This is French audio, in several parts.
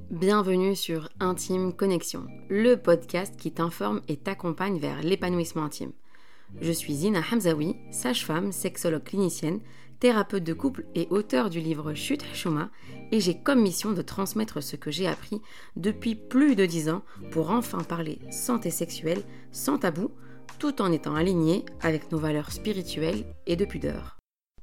Bienvenue sur Intime Connexion, le podcast qui t'informe et t'accompagne vers l'épanouissement intime. Je suis Zina Hamzaoui, sage-femme, sexologue clinicienne, thérapeute de couple et auteure du livre Chut Chouma, et j'ai comme mission de transmettre ce que j'ai appris depuis plus de 10 ans pour enfin parler santé sexuelle sans tabou, tout en étant aligné avec nos valeurs spirituelles et de pudeur.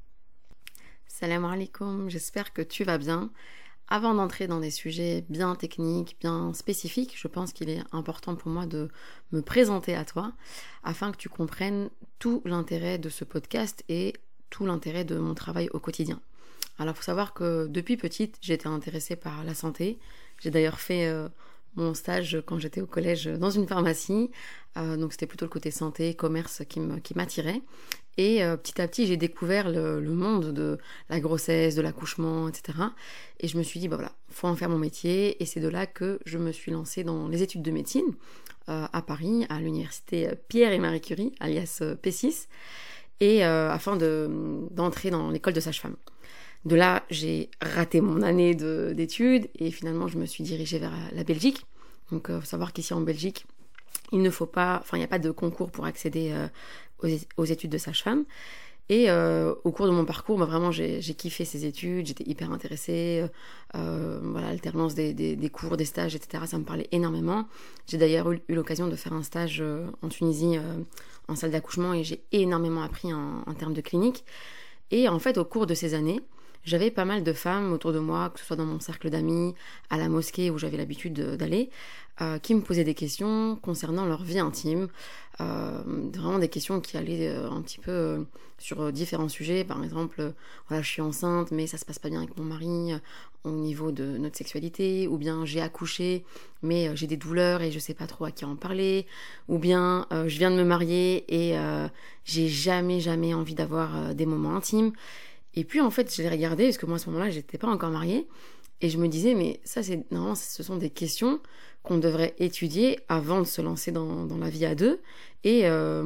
Salam alaikum, j'espère que tu vas bien. Avant d'entrer dans des sujets bien techniques, bien spécifiques, je pense qu'il est important pour moi de me présenter à toi afin que tu comprennes tout l'intérêt de ce podcast et tout l'intérêt de mon travail au quotidien. Alors, il faut savoir que depuis petite, j'étais intéressée par la santé. J'ai d'ailleurs fait mon stage quand j'étais au collège dans une pharmacie. Donc, c'était plutôt le côté santé, commerce qui m'attirait. Et petit à petit, j'ai découvert le monde de la grossesse, de l'accouchement, etc. Et je me suis dit, faut en faire mon métier. Et c'est de là que je me suis lancée dans les études de médecine à Paris, à l'université Pierre et Marie Curie, alias P6, et afin d'entrer dans l'école de sage-femme. De là, j'ai raté mon année d'études et finalement, je me suis dirigée vers la Belgique. Donc, il faut savoir qu'ici en Belgique, il n'y a pas de concours pour accéder aux études de sage-femme. Et au cours de mon parcours, vraiment, j'ai kiffé ces études, j'étais hyper intéressée. L'alternance des cours, des stages, etc., ça me parlait énormément. J'ai d'ailleurs eu l'occasion de faire un stage en Tunisie en salle d'accouchement et j'ai énormément appris en termes de clinique. Et en fait, au cours de ces années, j'avais pas mal de femmes autour de moi, que ce soit dans mon cercle d'amis, à la mosquée où j'avais l'habitude d'aller, qui me posaient des questions concernant leur vie intime, vraiment des questions qui allaient un petit peu sur différents sujets. Par exemple, je suis enceinte, mais ça se passe pas bien avec mon mari au niveau de notre sexualité, ou bien j'ai accouché, mais j'ai des douleurs et je sais pas trop à qui en parler, ou bien je viens de me marier et j'ai jamais envie d'avoir des moments intimes. Et puis en fait, je l'ai regardé, parce que moi à ce moment-là, j'étais pas encore mariée, et je me disais, mais normalement, ce sont des questions qu'on devrait étudier avant de se lancer dans la vie à deux. Et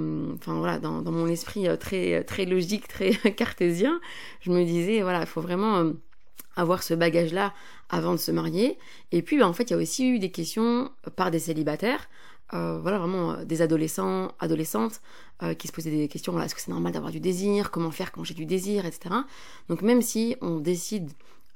dans mon esprit très logique, très cartésien, je me disais, il faut vraiment avoir ce bagage-là avant de se marier. Et puis, en fait, il y a aussi eu des questions par des célibataires, vraiment des adolescents, adolescentes qui se posaient des questions, est-ce que c'est normal d'avoir du désir, comment faire quand j'ai du désir, etc. Donc même si on décide,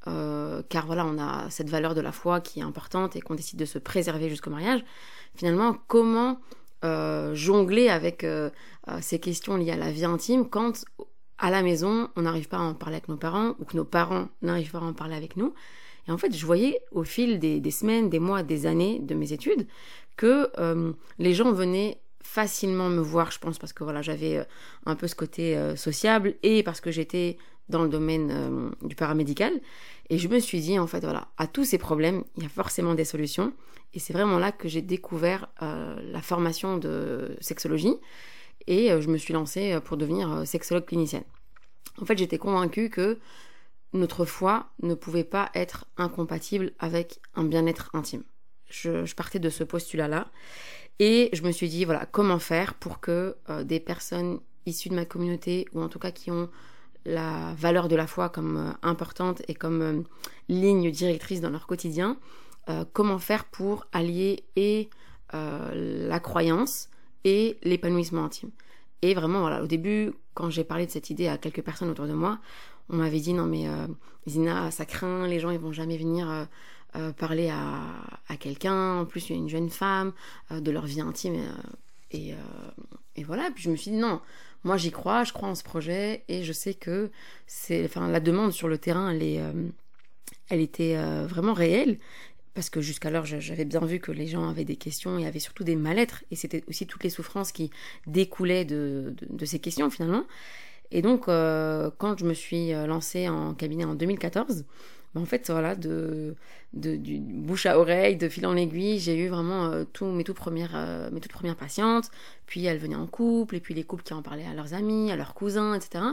car on a cette valeur de la foi qui est importante et qu'on décide de se préserver jusqu'au mariage, finalement, comment jongler avec ces questions liées à la vie intime quand à la maison, on n'arrive pas à en parler avec nos parents ou que nos parents n'arrivent pas à en parler avec nous. Et en fait, je voyais au fil des semaines, des mois, des années de mes études que les gens venaient facilement me voir, je pense, parce que j'avais un peu ce côté sociable et parce que j'étais dans le domaine du paramédical. Et je me suis dit, en fait, à tous ces problèmes, il y a forcément des solutions. Et c'est vraiment là que j'ai découvert la formation de sexologie. Et je me suis lancée pour devenir sexologue clinicienne. En fait, j'étais convaincue que notre foi ne pouvait pas être incompatible avec un bien-être intime. Je partais de ce postulat-là et je me suis dit, comment faire pour que des personnes issues de ma communauté, ou en tout cas qui ont la valeur de la foi comme importante et comme ligne directrice dans leur quotidien, comment faire pour allier et la croyance et l'épanouissement intime. Et vraiment, au début, quand j'ai parlé de cette idée à quelques personnes autour de moi, on m'avait dit, non mais Zina, ça craint, les gens ils vont jamais venir parler à quelqu'un, en plus il y a une jeune femme, de leur vie intime, et voilà. Puis je me suis dit, non, moi j'y crois, je crois en ce projet, et je sais que la demande sur le terrain, elle était vraiment réelle, parce que jusqu'alors j'avais bien vu que les gens avaient des questions et avaient surtout des mal-être, et c'était aussi toutes les souffrances qui découlaient de ces questions finalement. Et donc quand je me suis lancée en cabinet en 2014, en fait du bouche à oreille, de fil en aiguille, j'ai eu vraiment mes toutes premières patientes, puis elles venaient en couple, et puis les couples qui en parlaient à leurs amis, à leurs cousins, etc.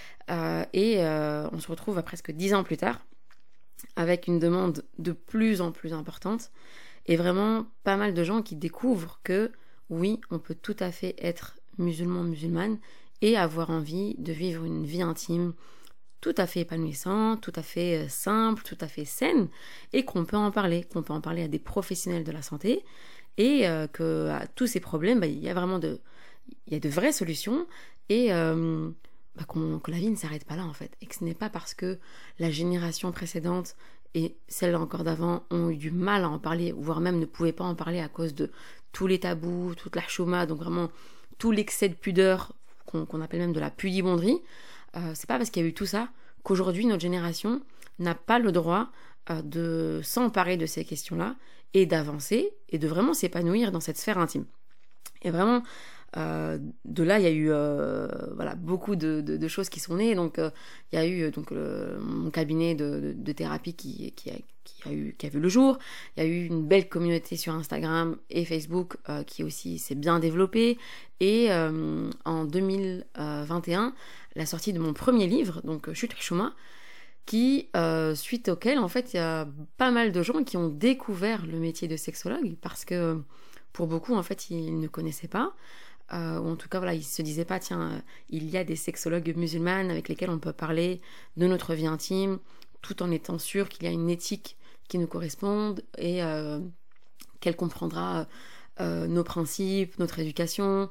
On se retrouve presque 10 ans plus tard, avec une demande de plus en plus importante, et vraiment pas mal de gens qui découvrent que oui, on peut tout à fait être musulman, musulmane, et avoir envie de vivre une vie intime tout à fait épanouissante, tout à fait simple, tout à fait saine, et qu'on peut en parler à des professionnels de la santé, et que à tous ces problèmes, il y a de vraies solutions, et que la vie ne s'arrête pas là en fait, et que ce n'est pas parce que la génération précédente et celles encore d'avant ont eu du mal à en parler, voire même ne pouvaient pas en parler à cause de tous les tabous, toute la chouma, donc vraiment tout l'excès de pudeur qu'on appelle même de la pudibonderie. C'est pas parce qu'il y a eu tout ça qu'aujourd'hui notre génération n'a pas le droit de s'emparer de ces questions-là et d'avancer et de vraiment s'épanouir dans cette sphère intime. Et vraiment, de là, il y a eu beaucoup de choses qui sont nées. Donc, il y a eu mon cabinet de thérapie qui a vu le jour. Il y a eu une belle communauté sur Instagram et Facebook qui aussi s'est bien développée. Et en 2021, la sortie de mon premier livre, donc Chute Chouma, qui, suite auquel, en fait, il y a pas mal de gens qui ont découvert le métier de sexologue parce que pour beaucoup, en fait, ils ne connaissaient pas. Ou en tout cas, voilà, ils se disaient pas, tiens, il y a des sexologues musulmanes avec lesquels on peut parler de notre vie intime, tout en étant sûr qu'il y a une éthique qui nous corresponde et qu'elle comprendra nos principes, notre éducation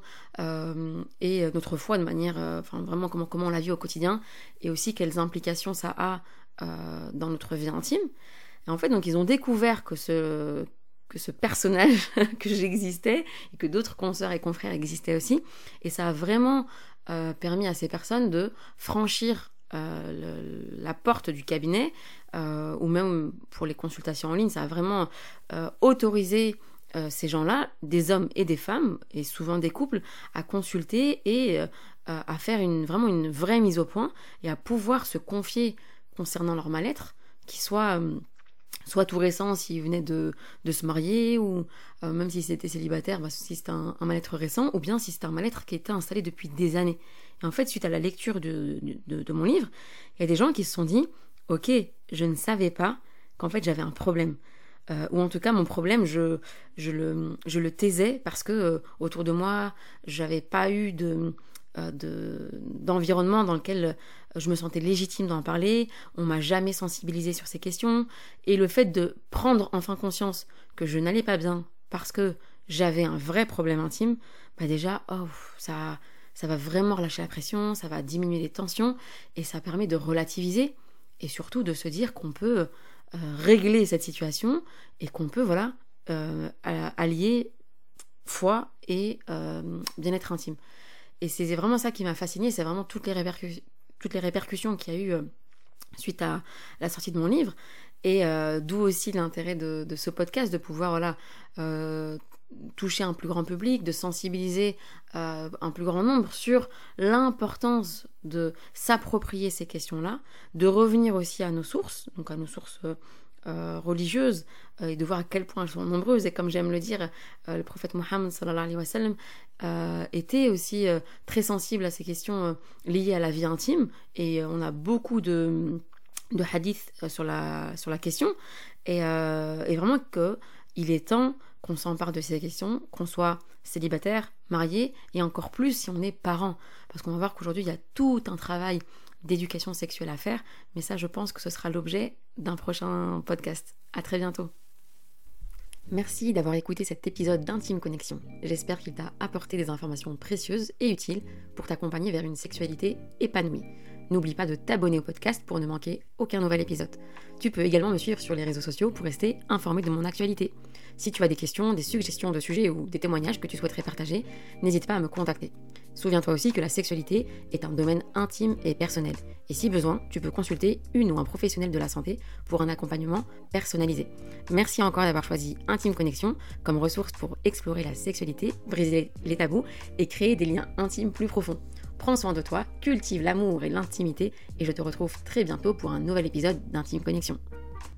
et notre foi de manière, vraiment comment on la vit au quotidien, et aussi quelles implications ça a dans notre vie intime. Et en fait, donc, ils ont découvert que ce personnage que j'existais et que d'autres consoeurs et confrères existaient aussi, et ça a vraiment permis à ces personnes de franchir la porte du cabinet, ou même pour les consultations en ligne, ça a vraiment autorisé ces gens-là, des hommes et des femmes, et souvent des couples, à consulter et à faire vraiment une vraie mise au point et à pouvoir se confier concernant leur mal-être, qui soit tout récent s'ils venaient de se marier, ou même si c'était célibataire, si c'était un mal-être récent, ou bien si c'était un mal-être qui était installé depuis des années. Et en fait, suite à la lecture de mon livre, il y a des gens qui se sont dit « Ok, je ne savais pas qu'en fait j'avais un problème ». Ou en tout cas, mon problème, je le taisais parce que autour de moi, j'avais pas eu d'environnement dans lequel je me sentais légitime d'en parler, on m'a jamais sensibilisée sur ces questions, et le fait de prendre enfin conscience que je n'allais pas bien parce que j'avais un vrai problème intime, déjà, ça va vraiment relâcher la pression, ça va diminuer les tensions, et ça permet de relativiser, et surtout de se dire qu'on peut régler cette situation, et qu'on peut allier foi et bien-être intime. Et c'est vraiment ça qui m'a fascinée, c'est vraiment toutes les répercussions qu'il y a eu suite à la sortie de mon livre, et d'où aussi l'intérêt de ce podcast, de pouvoir toucher un plus grand public, de sensibiliser un plus grand nombre sur l'importance de s'approprier ces questions-là, de revenir aussi à nos sources, donc à nos sources religieuses, et de voir à quel point elles sont nombreuses. Et comme j'aime le dire, le prophète Mohammed sallallahu alayhi wa sallam était aussi très sensible à ces questions liées à la vie intime, et on a beaucoup de hadiths sur la question, et vraiment qu'il est temps qu'on s'empare de ces questions, qu'on soit célibataire, marié, et encore plus si on est parent, parce qu'on va voir qu'aujourd'hui il y a tout un travail d'éducation sexuelle à faire, mais ça, je pense que ce sera l'objet d'un prochain podcast. À très bientôt. Merci d'avoir écouté cet épisode d'Intime Connexion. J'espère qu'il t'a apporté des informations précieuses et utiles pour t'accompagner vers une sexualité épanouie. N'oublie pas de t'abonner au podcast pour ne manquer aucun nouvel épisode. Tu peux également me suivre sur les réseaux sociaux pour rester informé de mon actualité. Si tu as des questions, des suggestions de sujets ou des témoignages que tu souhaiterais partager, n'hésite pas à me contacter. Souviens-toi aussi que la sexualité est un domaine intime et personnel. Et si besoin, tu peux consulter une ou un professionnel de la santé pour un accompagnement personnalisé. Merci encore d'avoir choisi Intime Connexion comme ressource pour explorer la sexualité, briser les tabous et créer des liens intimes plus profonds. Prends soin de toi, cultive l'amour et l'intimité, et je te retrouve très bientôt pour un nouvel épisode d'Intime Connexion.